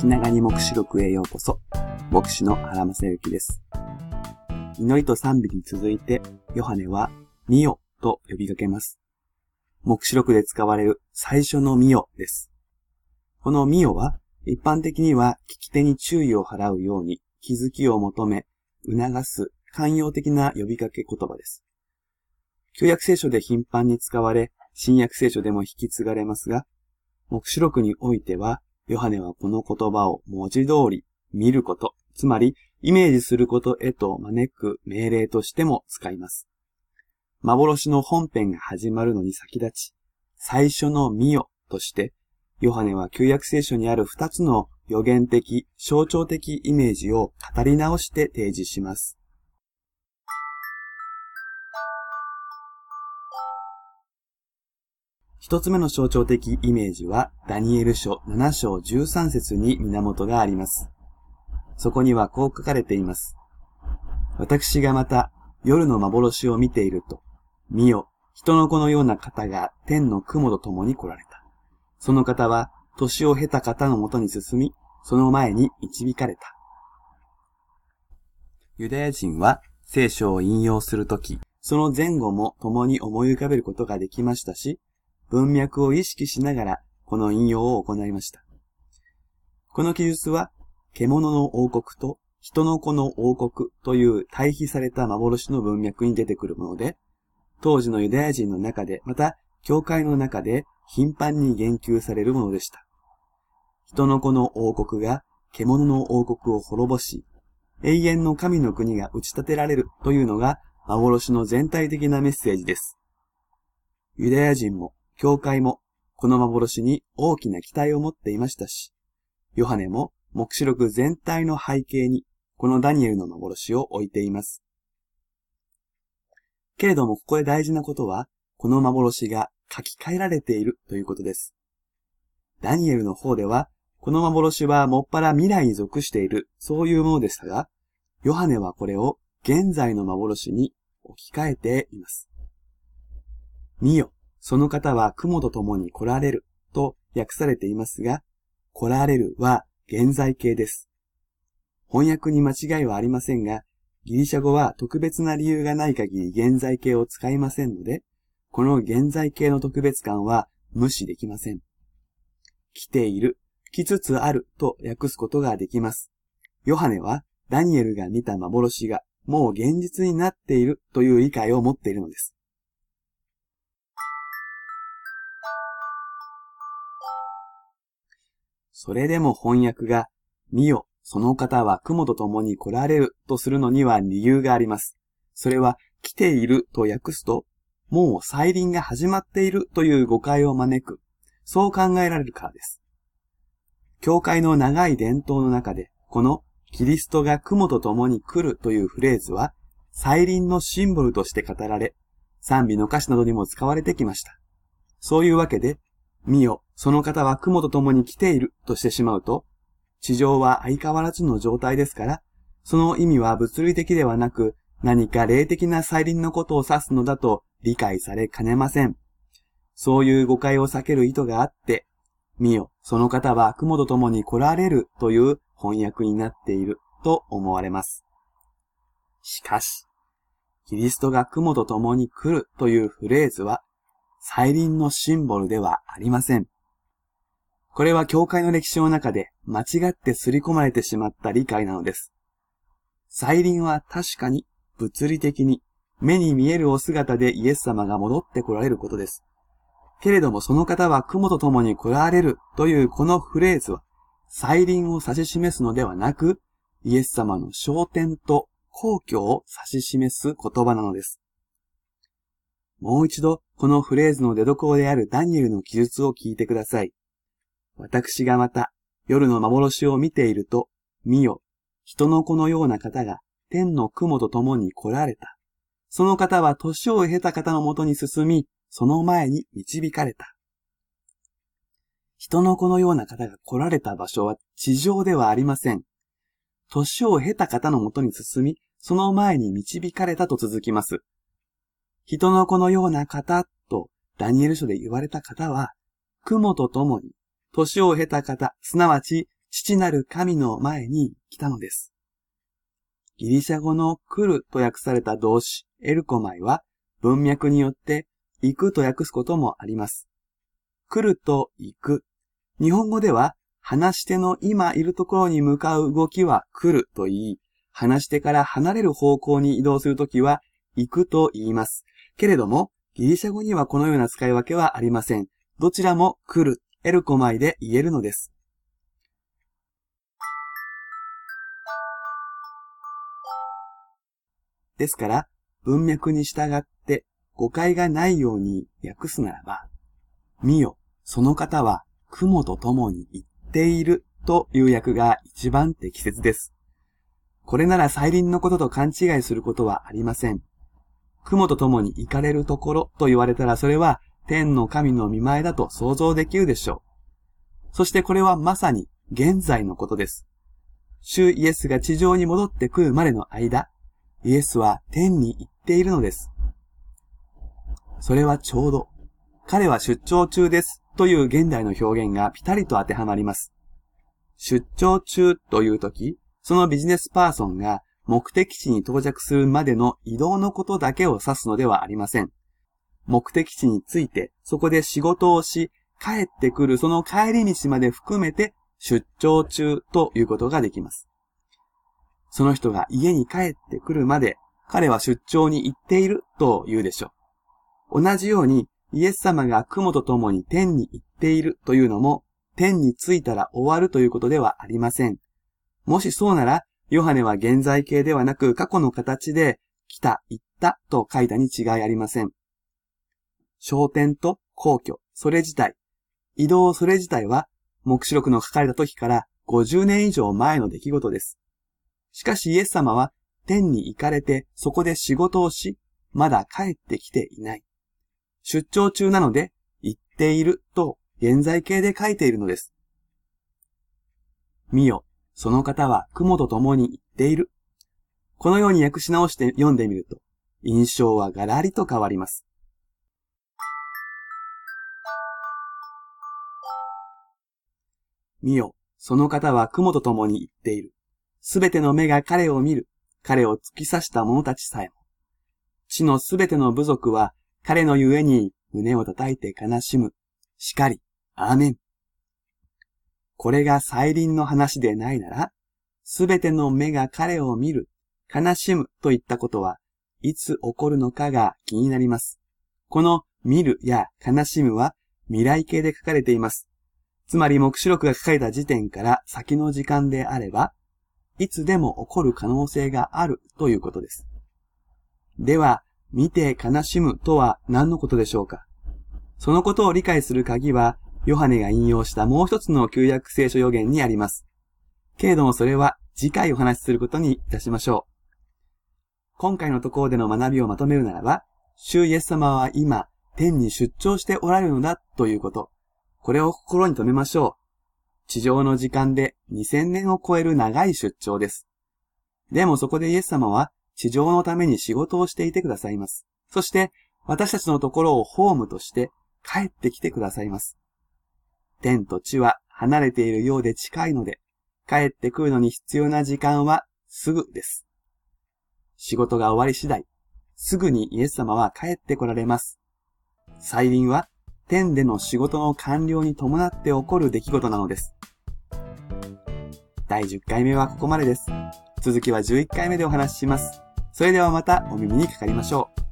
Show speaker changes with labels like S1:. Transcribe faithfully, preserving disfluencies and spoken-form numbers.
S1: 気長に黙示録へようこそ。牧師の原正幸です。祈りと賛美に続いて、ヨハネは見よと呼びかけます。黙示録で使われる最初の見よです。この見よは一般的には聞き手に注意を払うように気づきを求め、促す寛容的な呼びかけ言葉です。旧約聖書で頻繁に使われ、新約聖書でも引き継がれますが、黙示録においては、ヨハネはこの言葉を文字通り見ること、つまりイメージすることへと招く命令としても使います。幻の本編が始まるのに先立ち、最初の見よとして、ヨハネは旧約聖書にある二つの予言的、象徴的イメージを語り直して提示します。一つ目の象徴的イメージは、ダニエル書なな章じゅうさん節に源があります。そこにはこう書かれています。私がまた夜の幻を見ていると、見よ、人の子のような方が天の雲と共に来られた。その方は年を経た方のもとに進み、その前に導かれた。ユダヤ人は聖書を引用するとき、その前後も共に思い浮かべることができましたし、文脈を意識しながらこの引用を行いました。この記述は、獣の王国と人の子の王国という対比された幻の文脈に出てくるもので、当時のユダヤ人の中で、また教会の中で頻繁に言及されるものでした。人の子の王国が獣の王国を滅ぼし、永遠の神の国が打ち立てられるというのが幻の全体的なメッセージです。ユダヤ人も教会もこの幻に大きな期待を持っていましたし、ヨハネも黙示録全体の背景にこのダニエルの幻を置いています。けれどもここで大事なことは、この幻が書き換えられているということです。ダニエルの方では、この幻はもっぱら未来に属している、そういうものでしたが、ヨハネはこれを現在の幻に置き換えています。見よ、その方は雲と共に来られると訳されていますが、来られるは現在形です。翻訳に間違いはありませんが、ギリシャ語は特別な理由がない限り現在形を使いませんので、この現在形の特別感は無視できません。来ている、来つつあると訳すことができます。ヨハネはダニエルが見た幻がもう現実になっているという理解を持っているのです。それでも翻訳が、見よ、その方は雲と共に来られるとするのには理由があります。それは、来ていると訳すと、もう再臨が始まっているという誤解を招く、そう考えられるからです。教会の長い伝統の中で、このキリストが雲と共に来るというフレーズは、再臨のシンボルとして語られ、賛美の歌詞などにも使われてきました。そういうわけで、見よ、その方は雲と共に来ているとしてしまうと、地上は相変わらずの状態ですから、その意味は物理的ではなく、何か霊的な再臨のことを指すのだと理解されかねません。そういう誤解を避ける意図があって、見よ、その方は雲と共に来られるという翻訳になっていると思われます。しかし、キリストが雲と共に来るというフレーズは、再臨のシンボルではありません。これは教会の歴史の中で間違って刷り込まれてしまった理解なのです。再臨は確かに物理的に目に見えるお姿でイエス様が戻って来られることです。けれどもその方は雲と共に来られるというこのフレーズは再臨を指し示すのではなく、イエス様の昇天と皇居を指し示す言葉なのです。もう一度、このフレーズの出所であるダニエルの記述を聞いてください。私がまた、夜の幻を見ていると、見よ、人の子のような方が天の雲と共に来られた。その方は年を経た方のもとに進み、その前に導かれた。人の子のような方が来られた場所は地上ではありません。年を経た方のもとに進み、その前に導かれたと続きます。人の子のような方とダニエル書で言われた方は、雲と共に、年を経た方、すなわち父なる神の前に来たのです。ギリシャ語の来ると訳された動詞エルコマイは文脈によって行くと訳すこともあります。来ると行く。日本語では話し手の今いるところに向かう動きは来ると言い、話し手から離れる方向に移動するときは行くと言います。けれども、ギリシャ語にはこのような使い分けはありません。どちらも来る、エルコマイで言えるのです。ですから、文脈に従って誤解がないように訳すならば、見よ、その方は雲と共に行っているという訳が一番適切です。これなら再臨のことと勘違いすることはありません。雲と共に行かれるところと言われたらそれは天の神の御前だと想像できるでしょう。そしてこれはまさに現在のことです。主イエスが地上に戻ってくるまでの間、イエスは天に行っているのです。それはちょうど、彼は出張中ですという現代の表現がピタリと当てはまります。出張中というとき、そのビジネスパーソンが目的地に到着するまでの移動のことだけを指すのではありません。目的地に着いて、そこで仕事をし、帰ってくるその帰り道まで含めて出張中ということができます。その人が家に帰ってくるまで、彼は出張に行っていると言うでしょう。同じように、イエス様が雲と共に天に行っているというのも、天に着いたら終わるということではありません。もしそうなら、ヨハネは現在形ではなく過去の形で、来た、行ったと書いたに違いありません。昇天と皇居、それ自体、移動それ自体は、黙示録の書かれた時からごじゅうねん以上前の出来事です。しかしイエス様は天に行かれてそこで仕事をし、まだ帰ってきていない。出張中なので、行っていると現在形で書いているのです。見よ、その方は雲と共に行っている。このように訳し直して読んでみると、印象はガラリと変わります。見よ、その方は雲と共に行っている。すべての目が彼を見る。彼を突き刺した者たちさえも。地のすべての部族は彼のゆえに胸を叩いて悲しむ。しかり、アーメン。これが再臨の話でないなら、すべての目が彼を見る、悲しむといったことはいつ起こるのかが気になります。この見るや悲しむは未来形で書かれています。つまり黙示録が書かれた時点から先の時間であれば、いつでも起こる可能性があるということです。では、見て悲しむとは何のことでしょうか？そのことを理解する鍵は、ヨハネが引用したもう一つの旧約聖書預言にあります。けれどもそれは次回お話しすることにいたしましょう。今回のところでの学びをまとめるならば、主イエス様は今、天に出張しておられるのだということ。これを心に留めましょう。地上の時間でにせんねんを超える長い出張です。でもそこでイエス様は地上のために仕事をしていてくださいます。そして私たちのところをホームとして帰ってきてくださいます。天と地は離れているようで近いので、帰ってくるのに必要な時間はすぐです。仕事が終わり次第、すぐにイエス様は帰ってこられます。再臨は天での仕事の完了に伴って起こる出来事なのです。だいじゅっかいめはここまでです。続きはじゅういっかいめでお話しします。それではまたお耳にかかりましょう。